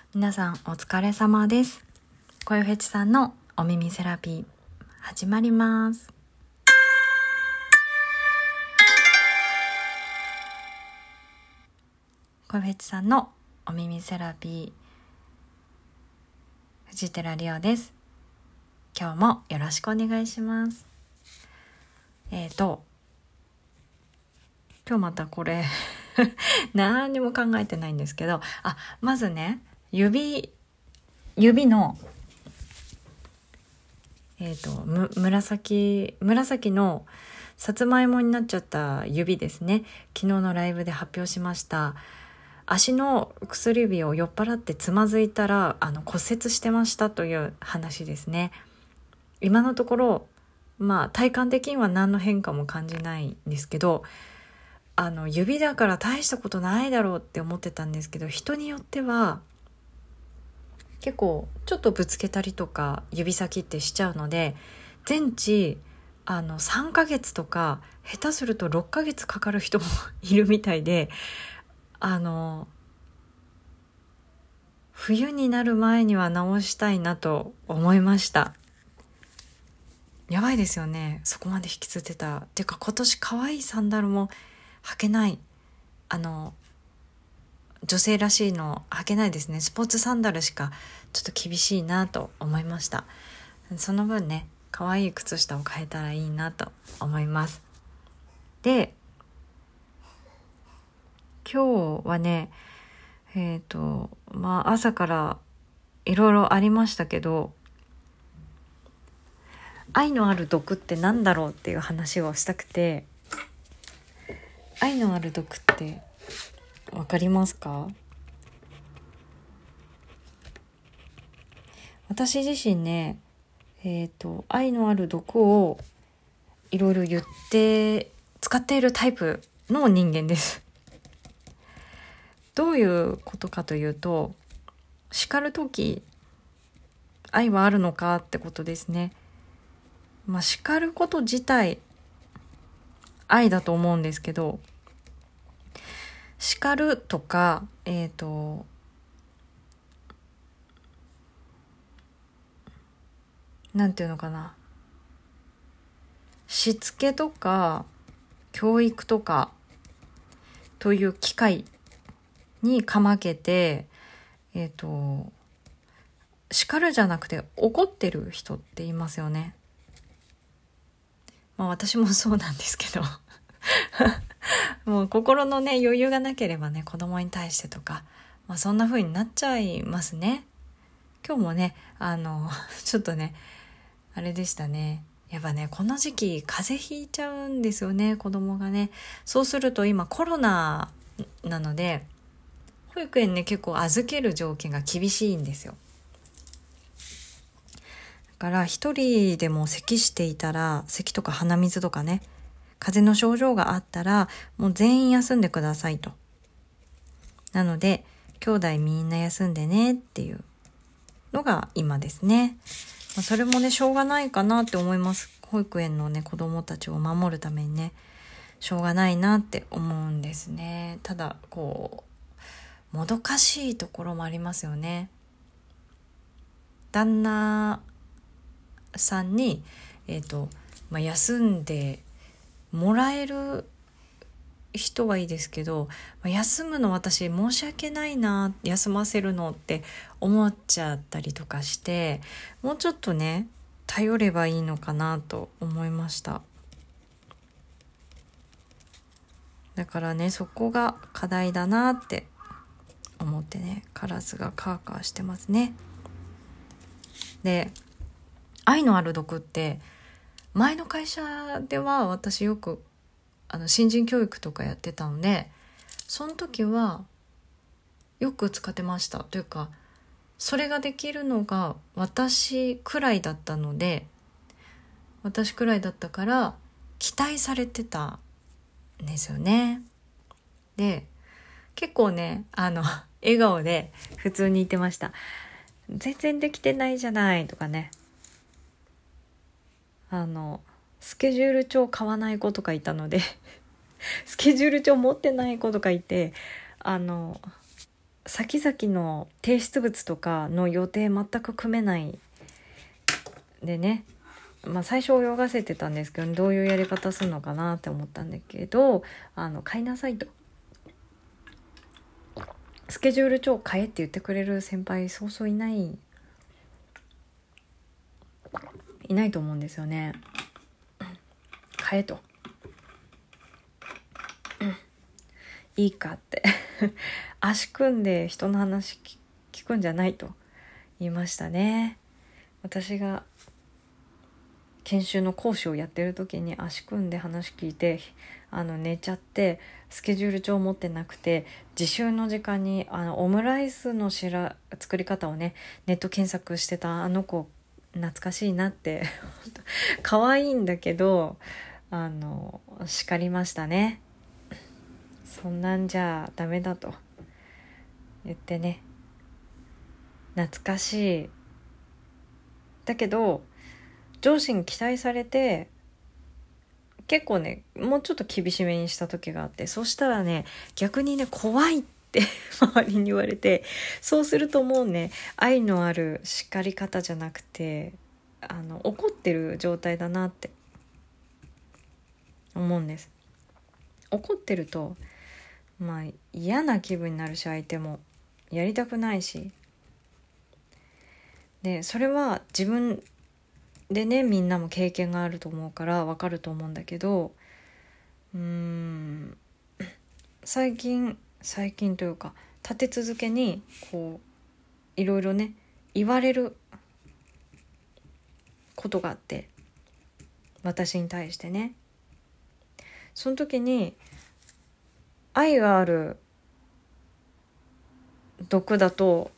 皆さんお疲れ様です。声フェチさんのお耳セラピー始まります。声フェチさんのお耳セラピー藤寺リオです。今日もよろしくお願いします。今日またこれ何にも考えてないんですけど、まずね、指の紫のさつまいもになっちゃった指ですね。昨日のライブで発表しました。足の薬指を酔っ払ってつまずいたら骨折してましたという話ですね。今のところ体感的には何の変化も感じないんですけど、指だから大したことないだろうって思ってたんですけど、人によっては結構ちょっとぶつけたりとか指先ってしちゃうので、全治3ヶ月とか下手すると6ヶ月かかる人もいるみたいで、冬になる前には直したいなと思いました。やばいですよね、そこまで引きつってた。てか今年可愛いサンダルも履けない、女性らしいの履けないですね。スポーツサンダルしかちょっと厳しいなと思いました。その分ね、可愛い靴下を変えたらいいなと思います。で、今日はね、朝からいろいろありましたけど、愛のある毒ってなんだろうっていう話をしたくて。愛のある毒ってわかりますか？私自身ね、愛のある毒をいろいろ使っているタイプの人間です。どういうことかというと、叱るとき愛はあるのかってことですね。叱ること自体愛だと思うんですけど、叱るとかなんていうのかな、しつけとか教育とかという機会にかまけて叱るじゃなくて怒ってる人っていますよね。私もそうなんですけどもう心のね余裕がなければね、子供に対してとか、そんな風になっちゃいますね。今日もねちょっとねあれでしたね。やっぱね、この時期風邪ひいちゃうんですよね、子供がね。そうすると今コロナなので、保育園ね結構預ける条件が厳しいんですよ。だから一人でも咳していたら、咳とか鼻水とかね、風邪の症状があったらもう全員休んでくださいと。なので兄弟みんな休んでねっていうのが今ですね。それもねしょうがないかなって思います。保育園のね子供たちを守るためにね、しょうがないなって思うんですね。ただもどかしいところもありますよね。旦那さんに休んでもらえる人はいいですけど、休むの私申し訳ないな、休ませるのって思っちゃったりとかして、もうちょっとね頼ればいいのかなと思いました。だからね、そこが課題だなって思ってね、カラスがカーカーしてますね。で、愛のある毒って前の会社では私よく新人教育とかやってたので、その時はよく使ってました。というかそれができるのが私くらいだったので、私くらいだったから期待されてたんですよね。で、結構ね笑顔で普通に言ってました。全然できてないじゃないとかね、スケジュール帳買わない子とかいたのでスケジュール帳持ってない子とかいて、 先々の提出物とかの予定全く組めないでね、最初泳がせてたんですけど、どういうやり方するのかなって思ったんだけど、買いなさいと、スケジュール帳買えって言ってくれる先輩そうそういないと思うんですよね。買えといいかって足組んで人の話聞くんじゃないと言いましたね。私が研修の講師をやってる時に足組んで話聞いて寝ちゃってスケジュール帳持ってなくて、自習の時間にオムライスの作り方をねネット検索してたあの子懐かしいなって可愛いんだけど叱りましたね。そんなんじゃダメだと言ってね、懐かしいだけど上司に期待されて結構ねもうちょっと厳しめにした時があって、そうしたらね逆にね怖いって周りに言われて、そうするともうね愛のある叱り方じゃなくて怒ってる状態だなって思うんです。怒ってると嫌な気分になるし、相手もやりたくないし、でそれは自分でねみんなも経験があると思うから分かると思うんだけど、最近というか立て続けにこういろいろね言われることがあって、私に対してね、その時に愛がある毒だと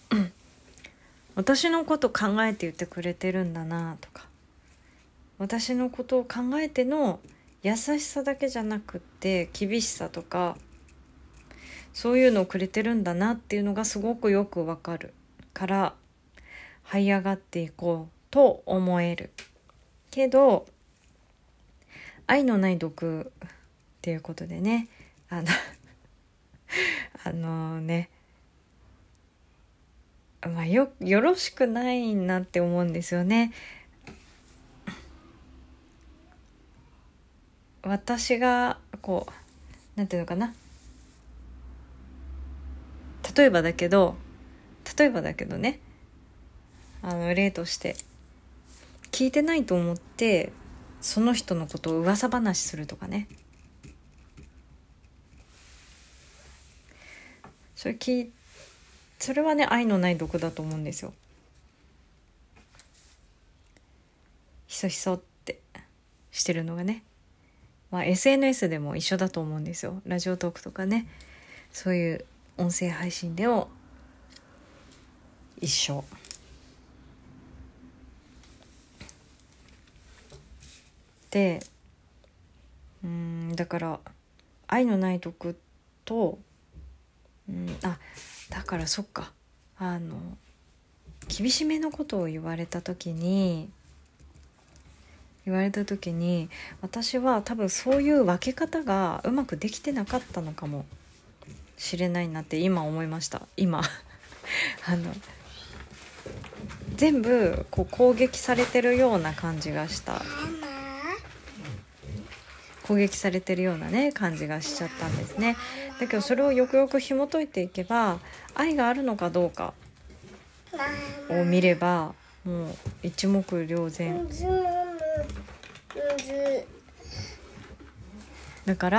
私のこと考えて言ってくれてるんだなとか、私のことを考えての優しさだけじゃなくって厳しさとかそういうのをくれてるんだなっていうのがすごくよくわかるから這い上がっていこうと思えるけど、愛のない毒っていうことでねよろしくないなって思うんですよね。私がなんていうのかな、例えばだけどね例として聞いてないと思ってその人のことを噂話するとかね、それはね愛のない毒だと思うんですよ。ひそひそってしてるのがね、SNS でも一緒だと思うんですよ。ラジオトークとかね、そういう音声配信でも一緒で、だから愛のない毒と、だからそっか厳しめのことを言われた時に私は多分そういう分け方がうまくできてなかったのかもしれないなって今思いました。全部攻撃されてるような感じがした攻撃されてるようなね感じがしちゃったんですね。だけどそれをよくよく紐解いていけば愛があるのかどうかを見ればもう一目瞭然だから、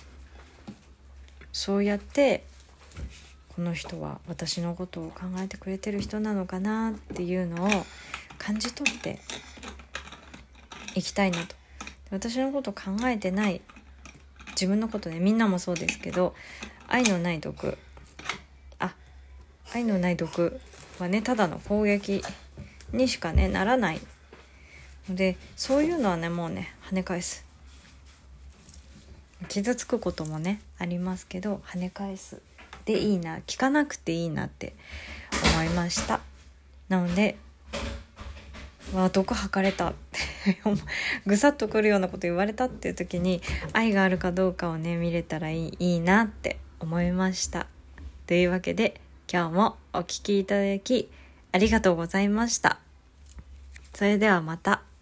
そうやってこの人は私のことを考えてくれてる人なのかなっていうのを感じ取っていきたいなと。私のこと考えてない自分のことね、みんなもそうですけど、愛のない毒はねただの攻撃にしかねならないので、そういうのはねもうね跳ね返す。傷つくこともねありますけど跳ね返すでいいな、聞かなくていいなって思いました。なので毒吐かれたぐさっとくるようなこと言われたっていう時に愛があるかどうかをね見れたらいいなって思いました。 というわけで今日もお聞きいただきありがとうございました。それではまた。